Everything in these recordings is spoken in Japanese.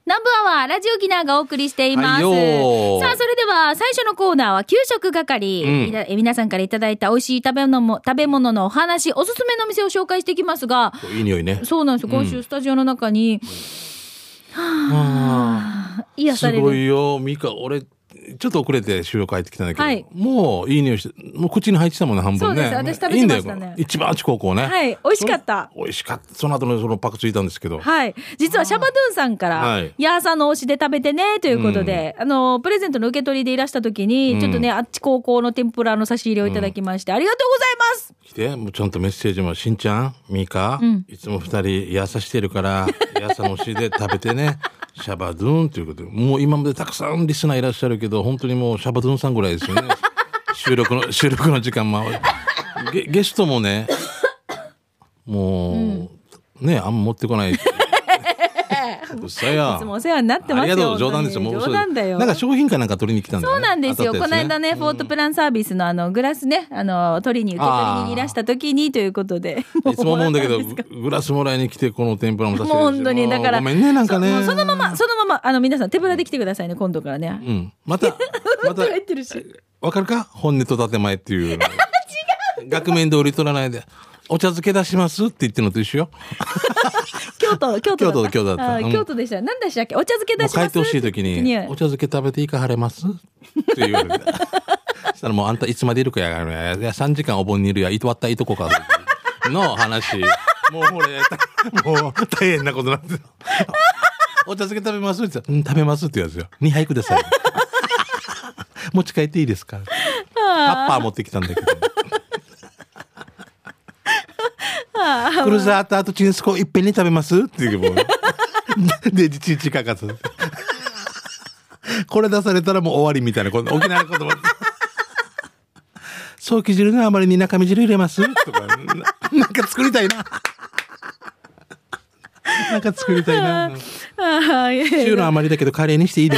南部アワーラジオギナーがお送りしています、 はいよ。 さあそれでは最初のコーナーは給食係、皆さんからいただいた美味しい食べ物のお話、おすすめの店を紹介していきますが、 いい匂いね。 そうなんですよ。今週スタジオの中に、癒される。 すごいよミカ。俺ちょっと遅れて収録帰ってきたんだけど、 はい、 もういい匂いして、もう口に入ってたもんね、半分ね。 そうです、私食べてましたね。 いいんだよ、一番あち高校ね。 はい、美味しかった。 美味しかった。その後のそのパクついたんですけど、 はい、実はシャバドゥンさんから、はい、ヤーさんの推しで食べてねということで、プレゼントの受け取りでいらした時に、ちょっとね、あっち高校の天ぷらの差し入れをいただきまして、ありがとうございます。 来て、もうちゃんとメッセージも、しんちゃん、ミカ、いつも二人ヤーさしてるからヤーさんの推しで食べてねシャバドゥンということで、もう今までたくさんリスナーいらっしゃるけど、本当にもうシャバドゥンさんぐらいですよね。収録の時間もゲストもね、もう、ね、あんま持ってこない。うっさや。 いつもお世話になってますよ。 ありがとう。冗談ですよ。もう冗談だよ。 なんか商品かなんか取りに来たんだよね。 そうなんですよ。この間ね、フォートプランサービスのグラスね、受け取りにいらした時にということで。 いつも思うんだけど、グラスもらいに来てこの天ぷらも差し入れて。 もう本当にだから。 ごめんね、なんかね。 そのまま皆さん手ぶらで来てくださいね、今度からね。 うん。また入ってるし。わかるか？本音と建前っていう。違う。額面通り取らないで。お茶漬け出しますって言ってるのと一緒よ。 京都だった。 京都でした。何でしたっけ？お茶漬け出します。 帰ってほしい時に、お茶漬け食べていかはれますって言われて。そしたらもうあんたいつまでいるかやがるや。3時間お盆にいるや、いとわったいとこか。の話。もう俺、もう大変なことなんですよ。お茶漬け食べますって言ったら、食べますって言うんですよ。2杯ください。持ち帰っていいですか？タッパー持ってきたんだけど。クルーザーとあとチンスコいっぺんに食べますっていうもうでちちかかつこれ出されたらもう終わりみたいな、この沖縄の言葉ソーキ汁のあまりに中身汁入れますとかなんか作りたいな。なんか作りたいな。汁のあまりだけどカレーにしていいです。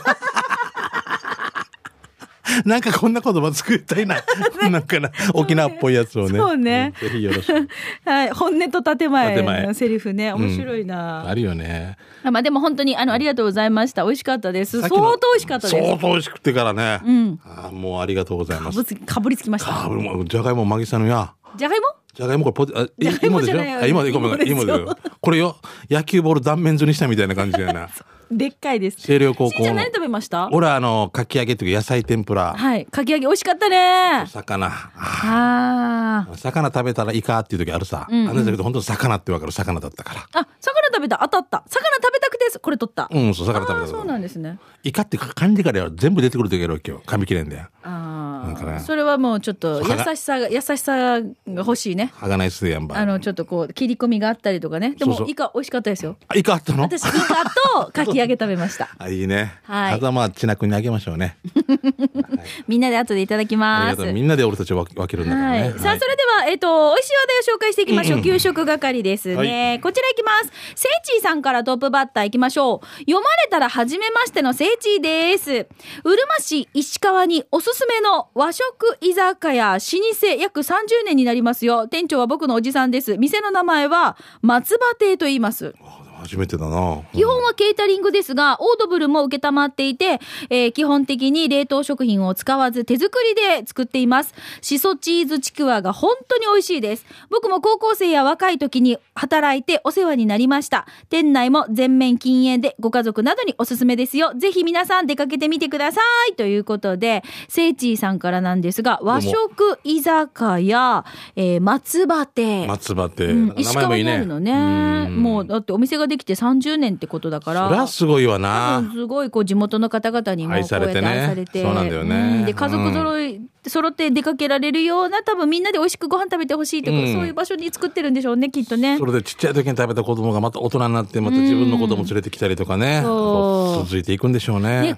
なんかこんな言葉作りたいな。なんかな、沖縄っぽいやつをね。 そうね。 ぜひよろしく。 はい、本音と建前のセリフね、面白いな。 あるよね。 まあでも本当にありがとうございました。美味しかったです。相当美味しかったです。 相当美味しくてからね。もうありがとうございます。 かぶりつきました。 じゃがいもマギさんのや。 じゃがいも？ じゃがいもこれ芋でしょ？芋でよ。これよ、野球ボール断面図にしたみたいな感じだよな。 でっかいです。 清涼高校の。 しんちゃん何食べました？ 俺はかき揚げというか野菜天ぷら。 はい、かき揚げ美味しかったね。 魚。魚食べたらイカっていう時あるさ。だけど本当に魚ってわかる魚だったから。 あ、魚食べた、当たった。魚食べたくてこれ取った。 そう、魚食べた。 そうなんですね。 イカって漢字から全部出てくる時あるわけよ。噛み切れんだよ。 それはもうちょっと優しさが欲しいね。 はがないっすやんば。 ちょっとこう切り込みがあったりとかね。でもイカ美味しかったですよ。 イカあったの？ 私イカとかき揚げ食べました。 いいね。 はい。 あとはまあちなくにあげましょうね。 みんなで後でいただきます。 ありがとう。みんなで俺たち分けるんだからね。 さあそれでは美味しい話題を紹介していきましょう。給食係ですね。こちらいきます。セイチーさんからトップバッターいきましょう。読まれたら初めましてのセイチーです。うるま市石川におすすめの和食居酒屋老舗約30年になりますよ。店長は僕のおじさんです。店の名前は松葉亭と言います。 初めてだな。 基本はケータリングですが、オードブルも受けたまっていて、基本的に冷凍食品を使わず手作りで作っています。しそチーズちくわが本当に美味しいです。僕も高校生や若い時に働いてお世話になりました。店内も全面禁煙でご家族などにおすすめですよ。ぜひ皆さん出かけてみてください。ということで、セイチーさんからなんですが、和食居酒屋、松葉亭。 松葉亭。 石川にあるのね。もうだってお店ができて30年ってことだから。 そりゃすごいわな。 すごい地元の方々にもこうやって愛されて。 そうなんだよね。 で家族揃って出かけられるような、多分みんなで美味しくご飯食べてほしいとか、そういう場所に作ってるんでしょうね、きっとね。 それでちっちゃい時に食べた子供がまた大人になってまた自分の子供連れてきたりとかね、続いていくんでしょうね。 こういう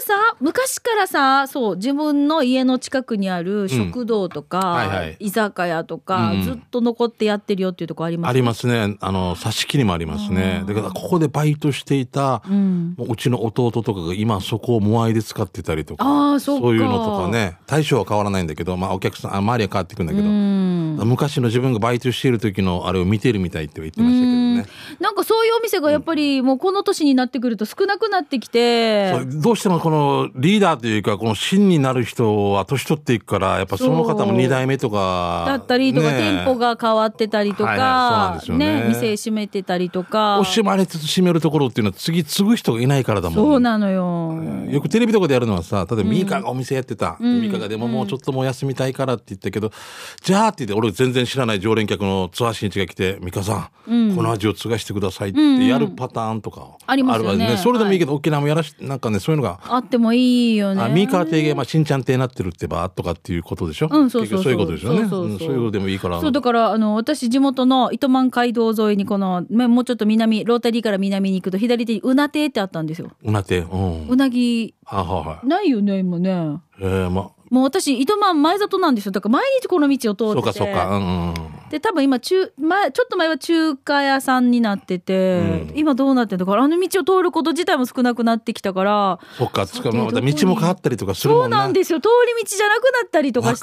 さ、昔からさ、そう、自分の家の近くにある食堂とか、 はいはい、 居酒屋とか、ずっと残ってやってるよっていうとこあります？ ありますね。挿し木にもありますね。だからここでバイトしていた、うちの弟とかが今そこをモアイで使ってたりとか、そういうのとかね、対象は変わらないんだけど、お客さん、周りは変わっていくんだけど、昔の自分がバイトしている時のあれを見てるみたいって言ってましたけどね。 なんかそういうお店がやっぱりもうこの年になってくると少なくなってきて、 どうしてもこのリーダーというかこの芯になる人は年取っていくから、やっぱその方も2代目とかだったりとか、店舗が変わってたりとか、ね、店閉めてたりとか、 惜しまれつつ閉めるところっていうのは次継ぐ人がいないからだもん。 そうなのよ。 よくテレビとかでやるのはさ、例えばミカがお店やってた、ミカがでももうちょっともう休みたいからって言ったけど、じゃあって言って俺全然知らない常連客のツアー新一が来て、ミカさん、この味を継がしてくださいってやるパターンとかありますよね。 それでもいいけど、沖縄もやらしなんかね、そういうのがあってもいいよね。 ミカ亭がしんちゃん亭になってるってばとかっていうことでしょ。そういうことでしょね。そういうのでもいいから。 そうだから私地元の糸満街道沿いにこのもうちょっと南、ロータリーから南に行くと左手にうな亭ってあったんですよ。 うな亭、 うなぎないよね今ね。もう私糸満前里なんですよ。だから毎日この道を通ってて。 そうか、 で多分今ちょっと前は中華屋さんになってて、今どうなってるのか、道を通ること自体も少なくなってきたから。 そっか、道も変わったりとかするもんね。 そうなんですよ。通り道じゃなくなったりとかして、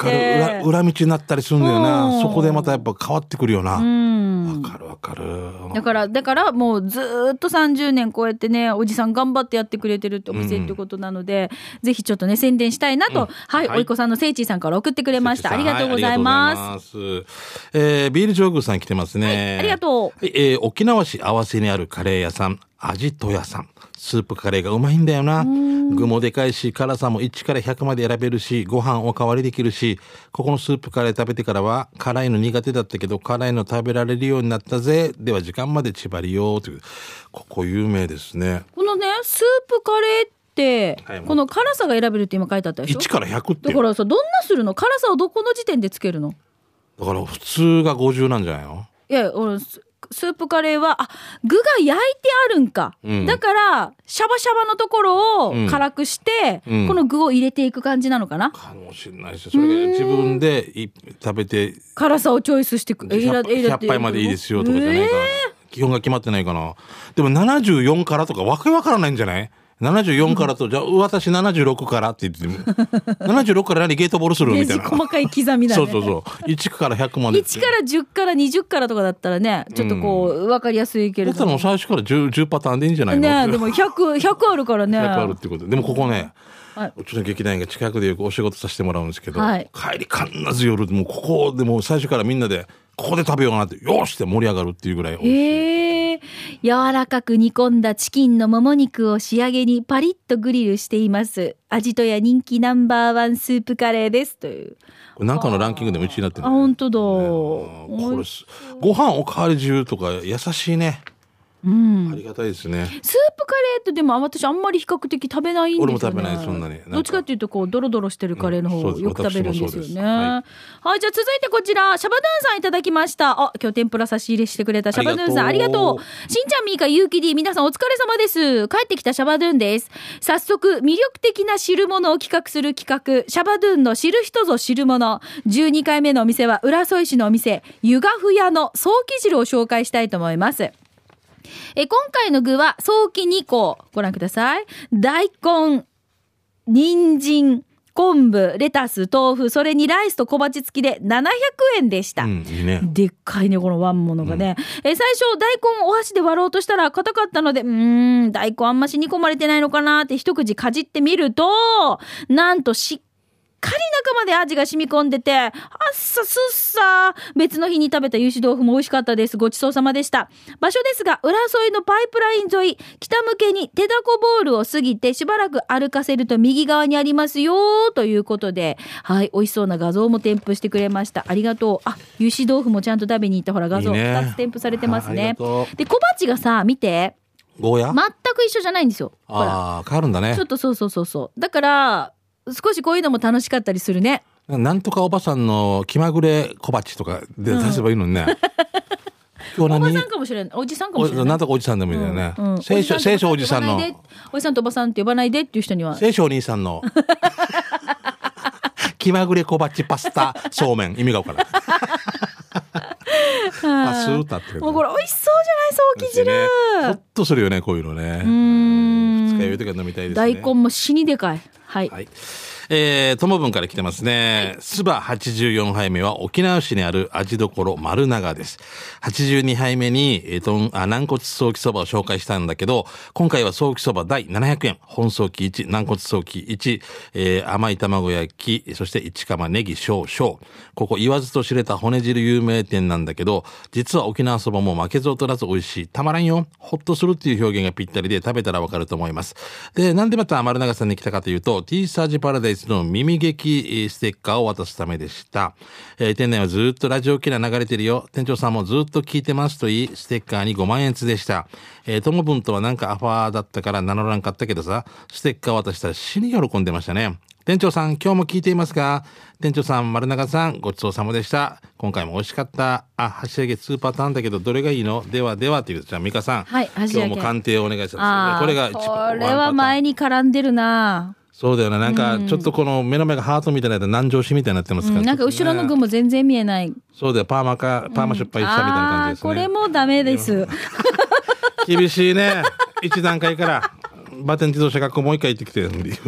裏道になったりするんだよな。そこでまたやっぱ変わってくるよな。わかる。だからもうずっと30年こうやってね、おじさん頑張ってやってくれてるってお店ってことなので、ぜひちょっとね宣伝したいなと、おいこさんのせいちーさんから送ってくれました。ありがとうございます。ビールジョーグさん来てますね。 ありがとう。 沖縄市合わせにあるカレー屋さん、味と屋さん。スープカレーがうまいんだよな。具もでかいし、辛さも1から100まで選べるし、ご飯おかわりできるし、ここのスープカレー食べてからは、辛いの苦手だったけど、辛いの食べられるようになったぜ。では時間まで縛りよという。ここ有名ですね。 このね、スープカレーって、この辛さが選べるって今書いてあったでしょ。 1から100って。 だからさ、どんなするの？辛さをどこの時点でつけるの？ だから普通が50なんじゃないの？ いや、スープカレーは具が焼いてあるんか、だからシャバシャバのところを辛くして、この具を入れていく感じなのかな。 かもしれないですよ。それが自分で食べて辛さをチョイスして 100杯までいいですよとかじゃないか、基本が決まってないかな。でも74からとかわけわからないんじゃない？ 74 からと、じゃあ私76からって言って76から何ゲートボールするみたいな細かい刻みだね。 そう1から100まで 1から10から20からとかだったらね、ちょっとこう分かりやすいけれども、 だったらもう最初から 10パターンでいいんじゃないのね。でも100あるからね。 100あるってことでもここね、うちの劇団員が近くでよくお仕事させてもらうんですけど、帰り必ず夜もうここでもう最初からみんなでここで食べようなってよーしって盛り上がるっていうぐらい美味しい。 柔らかく煮込んだチキンのもも肉を仕上げにパリッとグリルしています。味とや人気ナンバーワンスープカレーですという。 これなんかのランキングでも1位になってる、 ね。本当だ、 これご飯おかわり自由とか優しいね。ありがたいですね。 スープカレーってでも私あんまり比較的食べないんですよね。 俺も食べない、そんなに。 どっちかっていうとこうドロドロしてるカレーの方をよく食べるんですよね。はい、じゃあ続いてこちらシャバドゥンさんいただきました。今日天ぷら差し入れしてくれたシャバドゥンさんありがとう。しんちゃん、みーか、ゆうき D、皆さんお疲れ様です。帰ってきたシャバドゥンです。早速魅力的な汁物を企画する企画、シャバドゥンの知る人ぞ知るもの。12回目のお店は浦添市のお店湯がふ屋のソーキ汁を紹介したいと思います。今回の具はソーキ2個ご覧ください。大根、人参、昆布、レタス、豆腐、それにライスと小鉢付きで700円でした。いいね。でっかいねこのワンものがね。最初大根をお箸で割ろうとしたら硬かったので、大根あんまし煮込まれてないのかなって一口かじってみると、なんとしっかり中まで味が染み込んでて、あっさすっさ。別の日に食べた油脂豆腐も美味しかったです。ごちそうさまでした。場所ですが、浦添のパイプライン沿い、北向けに手だこボールを過ぎてしばらく歩かせると右側にありますよということで、はい、美味しそうな画像も添付してくれました。ありがとう。油脂豆腐もちゃんと食べに行った、ほら画像2つ添付されてますね。で小鉢がさ、見て、 ゴーヤ？ 全く一緒じゃないんですよ。 変わるんだね。 ちょっとそうだから少しこういうのも楽しかったりするね。 なんとかおばさんの気まぐれ小鉢とかで出せばいいのにね。 今日おばさんかもしれない。おじさんかもしれない。 なんとかおじさんでもいいんだよね。 うんうん聖書おじさんの。 おじさんとおばさんって呼ばないでっていう人には。 聖書お兄さんの。気まぐれ小鉢パスタそうめん意味がわからん。パス歌ってる。 もうこれ美味しそうじゃない、ソーキ汁。 ほっとするよねこういうのね。二日酔いとか飲みたいですね。 大根も死にでかい。はい。 ともぶんから来てますね。スバ84杯目は沖縄市にある味どころ丸長です。82杯目に、軟骨ソーキそばを紹介したんだけど、今回はソーキそば第700円、本ソーキ1、軟骨ソーキ1、甘い卵焼き、そして一釜ネギ少々。ここ言わずと知れた骨汁有名店なんだけど、実は沖縄そばも負けず劣らず美味しい。たまらんよ。ほっとするっていう表現がぴったりで食べたらわかると思います。で、なんでまた丸長さんに来たかというと、T サージパラダイスの耳劇ステッカーを渡すためでした。店内はずっとラジオ機能流れてるよ。店長さんもずっと聞いてますと言い、ステッカーに5万円でした。ともぶんとはなんかアファーだったから名乗らんかったけどさ、ステッカーを渡したら死に喜んでましたね。店長さん、今日も聞いていますか？店長さん、丸長さん、ごちそうさまでした。今回も美味しかった。箸揚げ2パターンだけど、どれがいいの？ではではっていう。じゃあ、美香さん。 はい、 今日も鑑定をお願いします。これが一番。 これは前に絡んでるな。 そうだよね。なんか、ちょっとこの目の前がハートみたいな南城市みたいになってますから、 なんか後ろの具も全然見えない。 そうだよ。パーマ失敗したみたいな感じですね。 これもダメです。 厳しいね。一段階から、バテン自動車学校もう一回行ってきてるんで。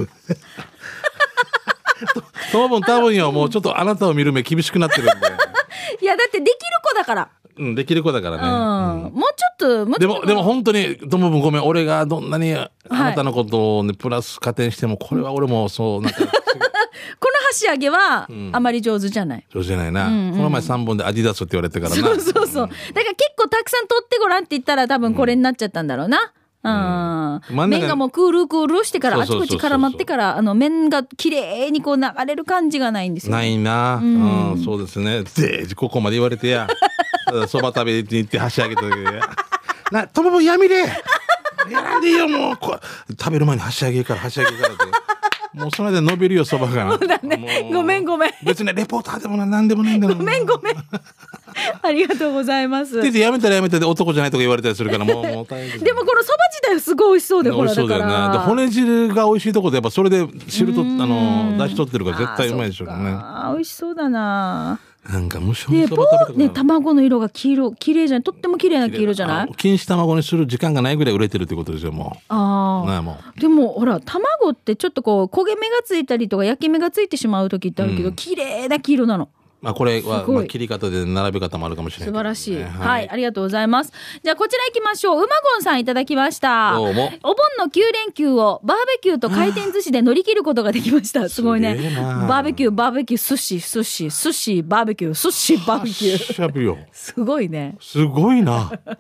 多分よ、もうちょっとあなたを見る目厳しくなってるんで。 いや、だってできる子だから。 できる子だからね。 もうちょっと、 でも本当に、ともぶんごめん、俺がどんなにあなたのことをね、プラス加点しても、これは俺もそう、なんか。この箸揚げは、あまり上手じゃない。 上手じゃないな。この前3本でアディダスって言われてからな。 そう。だから結構たくさん取ってごらんって言ったら多分これになっちゃったんだろうな。麺がもうクールしてからあちこち絡まってから麺が綺麗にこう流れる感じがないんですよ。 ないな。そうですね。でここまで言われてや。そば食べに行って箸揚げただけでや。ともぶんやみれ。やらんでいいよもう食べる前に箸揚げからって。もうそれで伸びるよそばが。 そうだね。ごめん。 別にレポーターでもなんでもないんだろう。 ごめん。ありがとうございます。 やめたらで男じゃないとか言われたりするからもう大変です。 でもこのそば自体はすごい美味しそうで、ほらだから。 で骨汁が美味しいところでやっぱそれで汁と出し取ってるから絶対うまいでしょうね。 美味しそうだな。 なんか無性にそば食べたくなる。 卵の色が綺麗じゃない？とっても綺麗な黄色じゃない？ 錦糸卵にする時間がないぐらい売れてるってことですよもう。 でもほら卵ってちょっとこう焦げ目がついたりとか焼き目がついてしまう時ってあるけど、綺麗な黄色なの。 これは切り方で並べ方もあるかもしれない、 素晴らしい、はい、ありがとうございます。じゃあこちら行きましょう。うまごんさんいただきました。 どうも。 お盆の9連休をバーベキューと回転寿司で乗り切ることができました。すごいね。バーベキュー寿司バーベキュー寿司バーベキューすごいね。 すごいな。 さ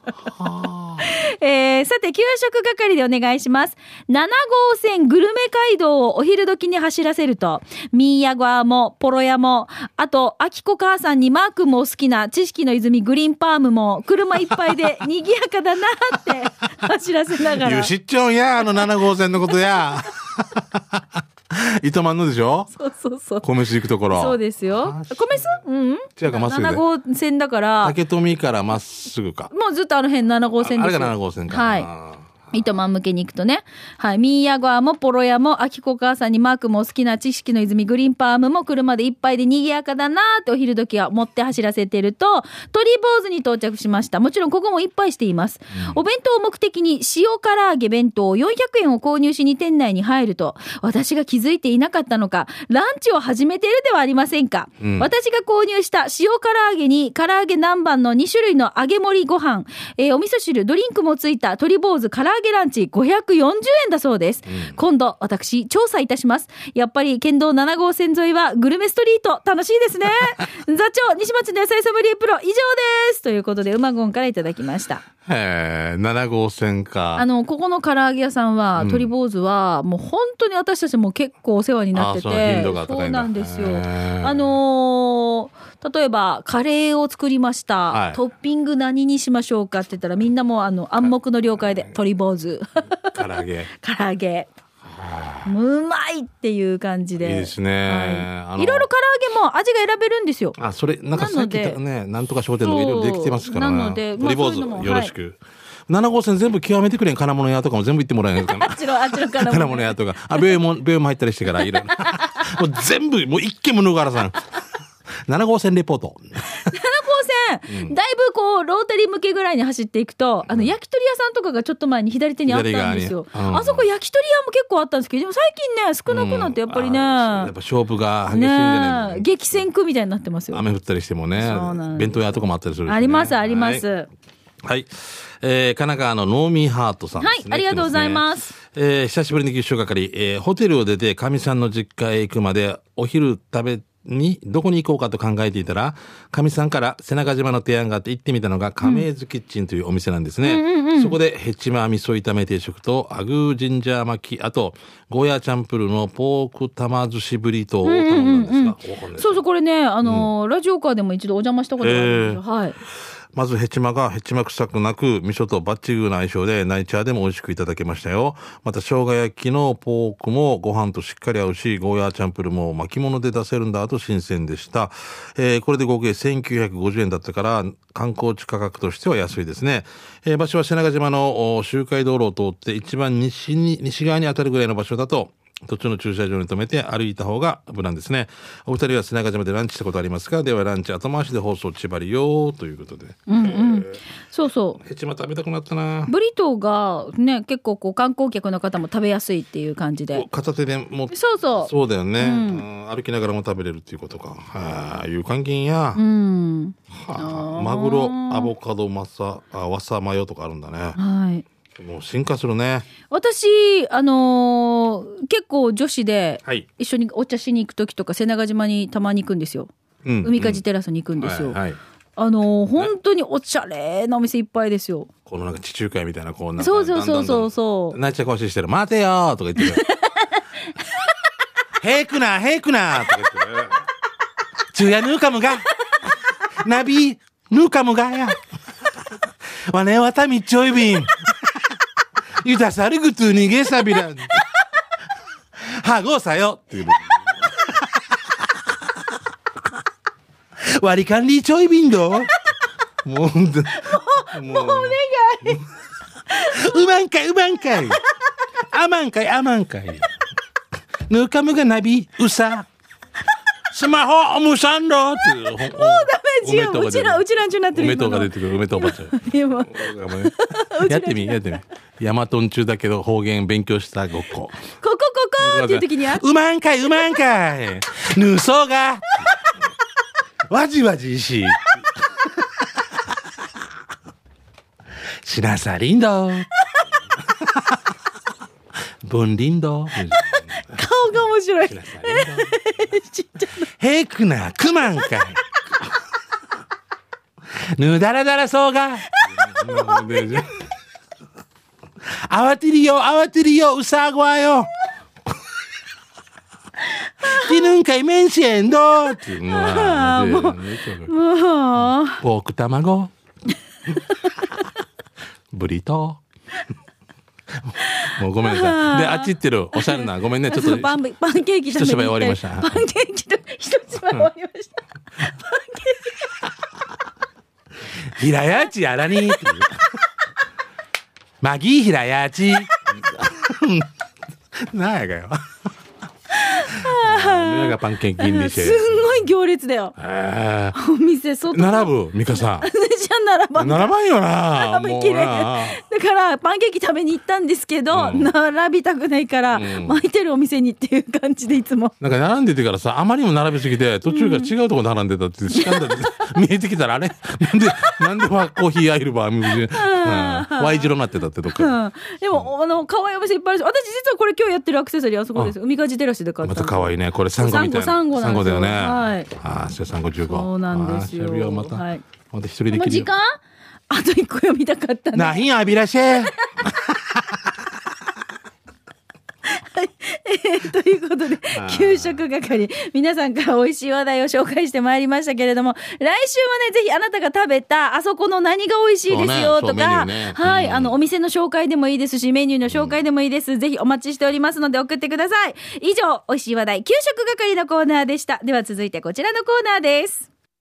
て給食係でお願いします。7号線グルメ街道をお昼時に走らせるとミーヤゴアもポロヤもあとあきこ母さんにマー君も好きな知識の泉グリーンパームも車いっぱいで賑やかだなって走らせながら言う知っちゃうんや7号線のことや糸満のでしょ。そう米酢行くところ。 そうですよ。米酢違うかまっすぐで 7号線だから竹富からまっすぐか。 もうずっと辺7号線ですよ。 あれが7号線か。 はい。糸満向けに行くとね、はい、ミーヤゴアもポロヤもあきこ母さんにマークも好きな知識の泉グリーンパームも車でいっぱいで賑やかだなってお昼時は持って走らせてると鳥坊主に到着しました。もちろんここもいっぱいしています、お弁当を目的に塩唐揚げ弁当400円を購入しに店内に入ると私が気づいていなかったのかランチを始めているではありませんか、私が購入した塩唐揚げに唐揚げ南蛮の2種類の揚げ盛りご飯、お味噌汁ドリンクもついた鳥坊主唐揚げランチ540円だそうです、今度私調査いたします。やっぱり県道7号線沿いはグルメストリート楽しいですね座長西町の野菜ソムリエプロ以上ですということでうまごんからいただきました。 7号線か。 ここの唐揚げ屋さんは、鳥坊主はもう本当に私たちも結構お世話になってて、 頻度が高いんだ。 そうなんですよ。例えばカレーを作りました、トッピング何にしましょうかって言ったらみんなも暗黙の了解で鳥坊主唐揚げうまいっていう感じで。 いいですね。 はい、いろいろ唐揚げも味が選べるんですよ。 あ、それ、なんかさっき言ったね、なんとか商店とかいろいろできてますからね。 なので、 リボーズ、よろしく。7号線全部極めてくれん、金物屋とかも全部行ってもらえないかな。 あっちの金物屋とか。あ、病院も入ったりしてから、いろいろ。もう全部、もう一軒も脱がらさん。7号線レポート。 7号線、だいぶこうロータリー向けぐらいに走っていくと、焼き鳥屋さんとかがちょっと前に左手にあったんですよ。あそこ焼き鳥屋も結構あったんですけど、でも最近ね少なくなってやっぱりね、 やっぱ勝負が激しいんじゃないね、激戦区みたいになってますよ。 雨降ったりしてもね、弁当屋とかもあったりするし、ね、 ありますあります。 はい、神奈川のノーミーハートさんですね。 はい、ありがとうございます。 久しぶりに九州係、ホテルを出てかみさんの実家へ行くまでお昼食べにどこに行こうかと考えていたら、かみさんから瀬長島の提案があって行ってみたのがカメーズキッチンというお店なんですね、そこでヘチマ味噌炒め定食とアグージンジャー巻き、あとゴーヤーチャンプルーのポーク玉寿司ブリトーを頼んだんですが、 そうそう、これねラジオカーでも一度お邪魔したことがあるんですよ、はい。 まずヘチマがヘチマ臭くなく味噌とバッチグーの相性でナイチャーでも美味しくいただけましたよ。また生姜焼きのポークもご飯としっかり合うし、ゴーヤーチャンプルも巻物で出せるんだと新鮮でした。これで合計1950円だったから観光地価格としては安いですね。場所は瀬長島の周回道路を通って一番西側に当たるぐらいの場所だと、途中の駐車場に停めて歩いた方が無難ですね。お二人は瀬長島でランチしたことありますか？ではランチ後回しで放送千葉りよということで、 そうそう、 ヘチマ食べたくなったな。 ブリトーがね結構こう観光客の方も食べやすいっていう感じで、 片手でもそうだよね、歩きながらも食べれるっていうことか。はあ、いう関係や、マグロアボカドわさマヨとかあるんだね。はい、もう進化するね。 私結構女子で一緒にお茶しに行く時とか瀬長島にたまに行くんですよ、海かじテラスに行くんですよ、本当におしゃれなお店いっぱいですよ。 このなんか地中海みたいなこうなんかそうナイチャー講師してる待てよとか言ってるへくなとか言ってる中夜ヌーカムがナビヌーカムがやわねわたみちょいびんゆたさるぐつにげさびらはごさよっていう割り勘にちょいびんどもうお願いうまんかいあまんかいぬかむがなびうさスマホおむさんろっていうもうダメじゃん。うちらんちゅになってる。 梅とが出てくる。梅とおばちゃんやってみヤマトン中だけど方言勉強したごっこっていう時にうまんかいぬそがわじわじししなさりんどぶんりんど顔が面白いへくなくまんかいぬだらだらそうが慌てるようさごわよきぬんかいめんしえんどってもうポーク卵ブリトもうごめんなさい。であっち行ってるおしゃれなごめんねちょっとパンケーキ一芝居終わりました。 パンケーキと一芝居終わりました。パンケーキひらやちやらにっていうマギーひらやちなんやかよがパンケーキにしてすんごい行列だよ、お店外並ぶミカさんじゃ並ばんよな綺麗だからパンケーキ食べに行ったんですけど、並びたくないから、巻いてるお店にっていう感じでいつもなんか並んでてからさあまりにも並びすぎて途中から違うとこ並んでたってしかんだ見えてきたらあれなんではコーヒーアイルバーY 字路になってたってどっか、 でも可愛いお店いっぱいあるし、私実はこれ今日やってるアクセサリーあそこです。海かじテラスで買った。 また可愛いねこれサンゴみたいなサンゴだよね。 はい。 サンゴ15。 そうなんですよ。 また一人できるよ。 時間？あと一個読みたかったね。 なひんやびらしえ。 ということで、今給食係、皆さんから美味しい話題を紹介してまいりましたけれども、来週もね、ぜひあなたが食べたあそこの何が美味しいですよとか、はい、お店の紹介でもいいですし、メニューの紹介でもいいです。ぜひお待ちしておりますので送ってください。以上、美味しい話題給食係のコーナーでした。では続いてこちらのコーナーです。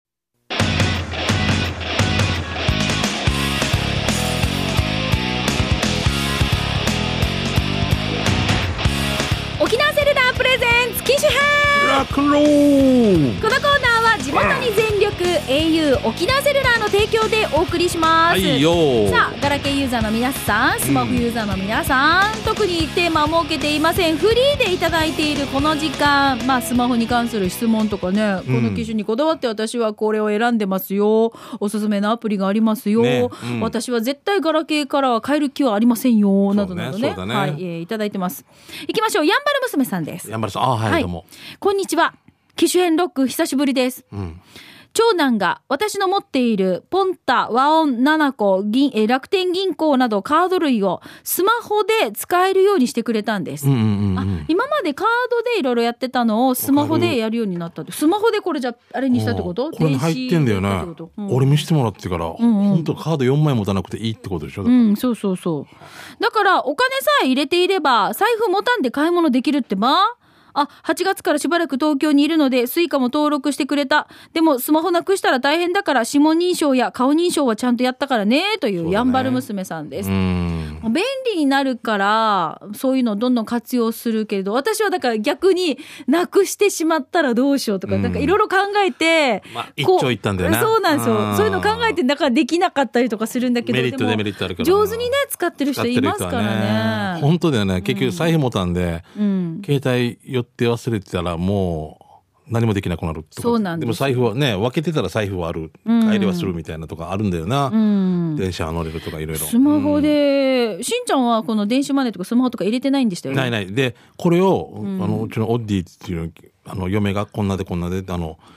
沖縄セルラープレゼンツ機種編ラックンロール。 このコーナーは地元に全力 au 沖縄セルラーの提供でお送りします。 はいよ。 さあガラケーユーザーの皆さん、スマホユーザーの皆さん、特にテーマを設けていません。フリーでいただいているこの時間、スマホに関する質問とかね、この機種にこだわって私はこれを選んでますよ、おすすめのアプリがありますよ、ね、私は絶対ガラケーからは変える気はありませんよ、などなどね、はい、いただいてます。いきましょう。やんばる娘さんです。 やんばるさん、はい、どうも。 こんにちは。機種編ロック久しぶりです。長男が私の持っているポンタ、ワオン、7個、楽天銀行などカード類をスマホで使えるようにしてくれたんです。今までカードでいろいろやってたのをスマホでやるようになったって。スマホでこれじゃあれにしたってこと？ これに入ってんだよね。俺見せてもらってから、本当カード4枚持たなくていいってことでしょ。 そうそうそう。だからお金さえ入れていれば財布持たんで買い物できるってば。8月からしばらく東京にいるのでスイカも登録してくれた。でもスマホなくしたら大変だから指紋認証や顔認証はちゃんとやったからね、というやんばる娘さんです。便利になるからそういうのをどんどん活用するけれど、私はだから逆になくしてしまったらどうしようとか、なんかいろいろ考えて、 一長一短だよね。 そうなんですよ。そういうの考えてだからできなかったりとかするんだけど、 メリットデメリットあるから、 上手にね使ってる人いますからね。 本当だよね。結局財布持たんで、携帯寄って忘れてたらもう何もできなくなるってこと。 そうなんです。 でも財布はね、分けてたら財布はある、帰りはするみたいなとかあるんだよな。電車乗れるとかいろいろ。 スマホで、しんちゃんはこの電子マネーとかスマホとか入れてないんでしたよね。 ない。でこれをうちのオッディっていう嫁がこんなでだから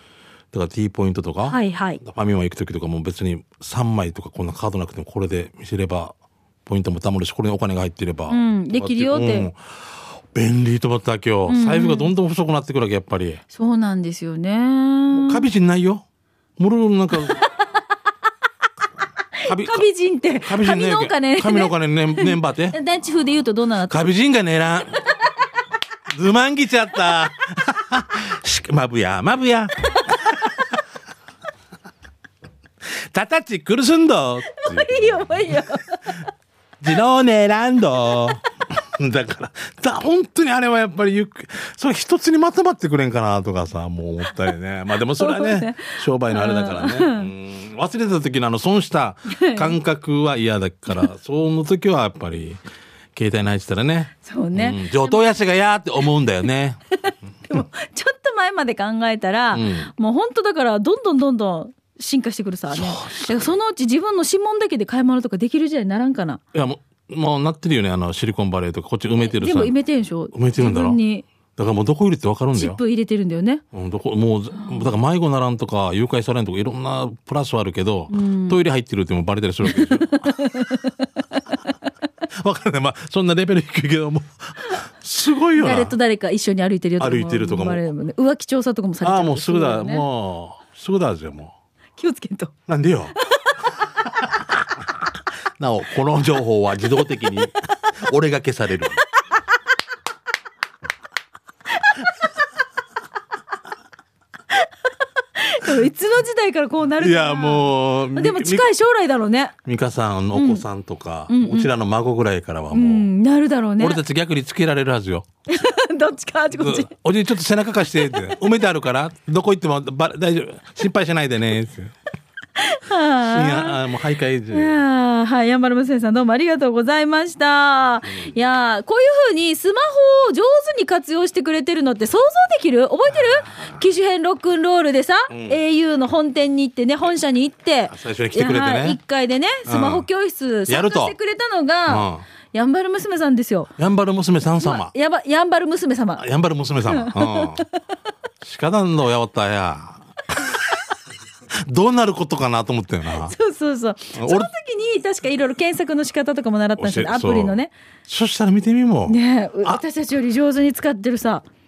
T ポイントとか、ファミマ行く時とかも別に3枚とかこんなカードなくてもこれで見せればポイントも貯まるし、これにお金が入っていれば、 できるよって、 便利と思ったわけよ。財布がどんどん細くなってくるわけ、やっぱり。 そうなんですよね。 カビジンないよ。もろなんかカビジンって紙のお金、 紙のお金ねんばってダッチ風で言うとどんなの？ カビジンがねらんズマンきちゃったまぶやたたち苦すんどいいよジローネランドだから本当にあれはやっぱりそれ一つにまとまってくれんかなとかさ、もう思ったりね。でもそれはね商売のあれだからね。忘れた時の損した感覚は嫌だからその時はやっぱり携帯ないって言ったらね、 そうね、 上等やしがやって思うんだよね。 でもちょっと前まで考えたら、もう本当だからどんどん進化してくるさね。そのうち自分の指紋だけで買い物とかできる時代にならんかな。 いやもうなってるよね。シリコンバレーとかこっち埋めてるさ。 でも埋めてるんでしょ。 埋めてるんだろ。だからもうどこ入れて分かるんだよ。 チップ入れてるんだよね。 どこもうだから迷子ならんとか誘拐されんとかいろんなプラスはあるけど、トイレ入ってるってもバレたりするわけでしょ。分かんない。そんなレベル低いけどもすごいよな。 誰と誰か一緒に歩いてるよとかも。 歩いてるとかも。 浮気調査とかもされてる。 もうすぐだ。もうすぐだぜ。もう気をつけんと。 なんでよ。なおこの情報は自動的に俺が消される。 いつの時代からこうなるかな。 いやもうでも近い将来だろうね。 美香さんのお子さんとか、うちらの孫ぐらいからはもう、 なるだろうね。 俺たち逆につけられるはずよ。 どっちかあっちこっち。 おじちょっと背中貸してって埋めてあるからどこ行っても大丈夫、心配しないでねって。いやもう徘徊で。はい、やんばる娘さんどうもありがとうございました。いやこういう風にスマホを上手に活用してくれてるのって想像できる？覚えてる？機種編ロックンロールでさ、au の本店に行ってね、本社に行って最初に来てくれてね、 1階でねスマホ教室参加してくれたのが、やんばる娘さんですよ。 やんばる娘さん様。 やんばる娘様。 やんばる娘様。鹿団のやわったや。どうなることかなと思ったよな。 そう。その時に確かいろいろ検索の仕方とかも習ったんですけど、アプリのね。 そしたら見てみも。 ね、私たちより上手に使ってるさ。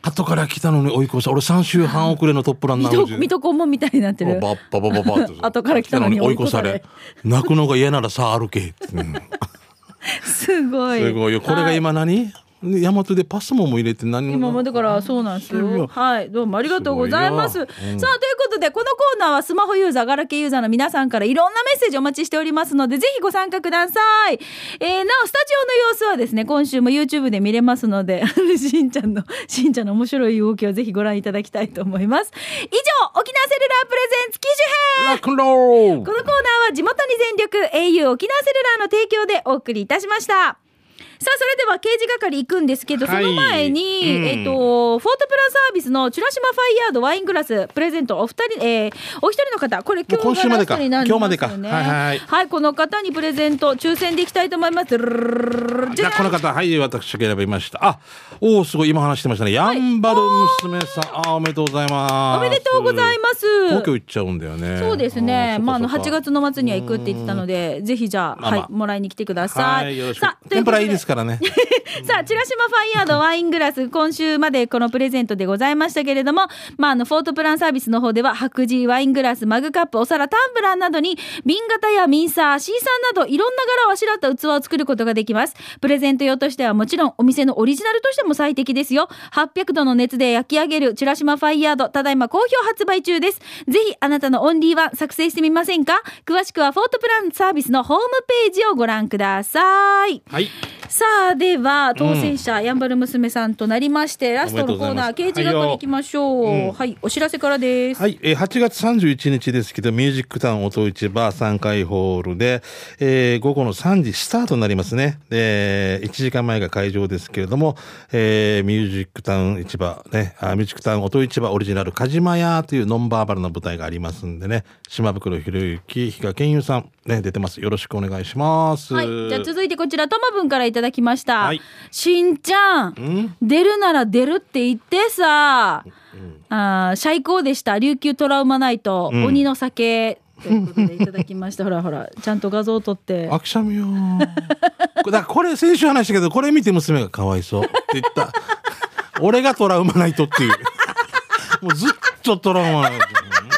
後から来たのに追い越した。俺3週半遅れのトップランナー水戸黄門みたいになってる。 バッババババって後から来たのに追い越され。 泣くのが嫌ならさあ歩け、うん、 すごい。 すごいよ。これが今何、大和でパスモも入れて何も今もだからそうなんですよ。はい、どうもありがとうございます。さあということでこのコーナーはスマホユーザーガラケーユーザーの皆さんからいろんなメッセージお待ちしておりますのでぜひご参加ください。なおスタジオの様子はですね今週も YouTube で見れますのでしんちゃんの面白い動きをぜひご覧いただきたいと思います。以上沖縄セルラープレゼンツ機種編ラックンロール。 このコーナーは地元に全力 au 沖縄セルラーの提供でお送りいたしました。さあそれでは刑事係行くんですけど、その前に、フォートプランサービスのチュラシマファイヤードワイングラスプレゼントお一人の方、これ今日がラストになりますよね。はい、この方にプレゼント抽選でいきたいと思います。 じゃあこの方、はい私が選びました。あ、おおすごい今話してましたね。やんばる娘さん、おめでとうございます。 おめでとうございます。 東京行っちゃうんだよね。 そうですね。8月の末には行くって言ってたのでぜひじゃあ、はいもらいに来てください。はい、よろしく。さあ天ぷらいいですからねさあチュラシマファイヤードワイングラス今週までこのプレゼントでございましたけれども、フォートプランサービスの方では白磁ワイングラスマグカップお皿タンブラーなどに瓶型やミンサーシーサーなどいろんな柄をあしらった器を作ることができます。プレゼント用としてはもちろんお店のオリジナルとしても最適ですよ。800度の熱で焼き上げるチュラシマファイヤードただいま好評発売中です。ぜひあなたのオンリーワン作成してみませんか。詳しくはフォートプランサービスのホームページをご覧ください。 はい。 さあでは当選者、やんばる娘さんとなりましてラストのコーナー刑事係いきましょう。はい、お知らせからです。 はい、8月31日ですけどミュージックタウン音市場3階ホールで、午後の3時スタートになりますね。1時間前が会場ですけれども、ミュージックタウン市場ね、ミュージックタウン音市場オリジナルカジマヤというノンバーバルな舞台がありますんでね、島袋博之比嘉健優さんね出てます。よろしくお願いします。 はい、じゃあ続いてこちらともぶんからいただきました。はい、しんちゃん、 出るなら出るって言ってさ、最高でした琉球トラウマナイト、鬼の酒ということでいただきましたほらほらちゃんと画像を撮ってあきしゃみよだからこれ先週話したけどこれ見て娘がかわいそうって言った俺がトラウマナイトっていうもうずっとトラウマナイト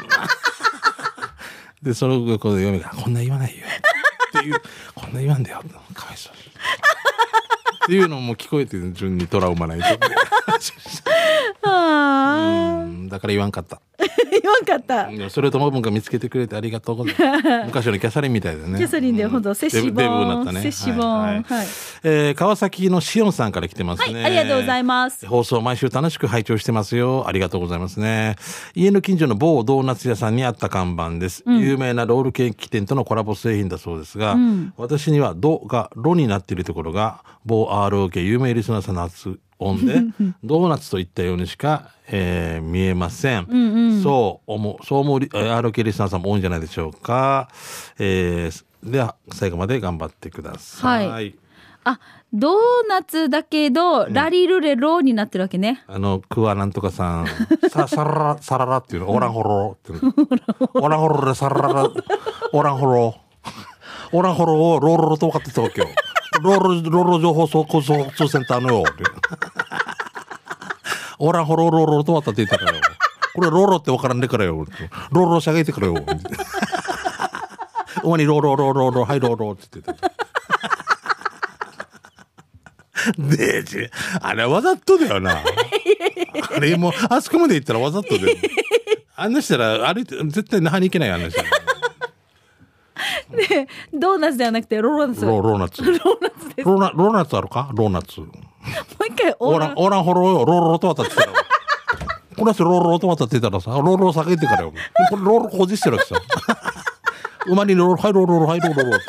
でその子で嫁がこんな言わないよっていうこんな言わんだよかわいそうっていうのも聞こえてる順にトラウマないとだから言わんかった言わんかったそれとも文が見つけてくれてありがとうございます昔のキャサリンみたいだね。 キャサリンでほんと摂氏本摂氏本、 川崎のしおんさんから来てますね。 はい、ありがとうございます。 放送毎週楽しく拝聴してますよ。ありがとうございますね。家の近所の某ドーナツ屋さんにあった看板です、有名なロールケーキ店とのコラボ製品だそうですが、私にはドがロになっているところが某 ROK 有名リスナーさんの発音でドーナツといったようにしか、見えません。そう思う ROK リスナーさんも多いんじゃないでしょうか。では最後まで頑張ってください。はい、 あ、ドーナツだけど、ラリルレローになってるわけね。 クワなんとかさんサララっていうのオランホロってオランホロでサララオランホロオランホロをローロロと分かってたわけよ。ローロ情報総通センターのよオランホロローロと分かっていたからよ。これローロって分からんでからよ。ローロしゃげてからよ。お前にローロはいローロって言ってた。であれわざとだよな。あれもあそこまで行ったらわざとだよ。あんなしたら歩いて絶対那覇に行けないあんなしたら。 でドーナツではなくてローナツ。 ローナツです。ローナツあるか？ローナツ。もう一回オランホロよローロと渡ってたら。この人ローロと渡ってたらさローロ下げてからよ。これローロ保持してるわけさ。馬にローロはいローロはいローロって。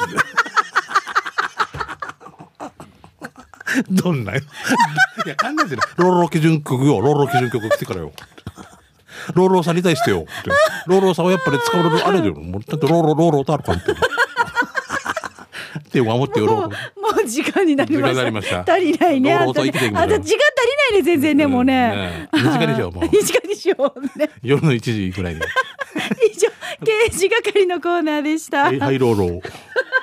どんなよ。いや考えてね。ローロ基準局よ。ローロ基準局来てからよ。ローロさんに対してよ。ローロさんはやっぱり使われるあれだよ。もうちゃんとローロとあるかって。って守ってよ。もう時間になりました。足りないね。 ローロと生きていくんだよ。 時間足りないね全然ねもうね。 2時間にしようもう。 2時間にしようね。 夜の1時ぐらいに。 以上刑事係のコーナーでした。 はいローロ。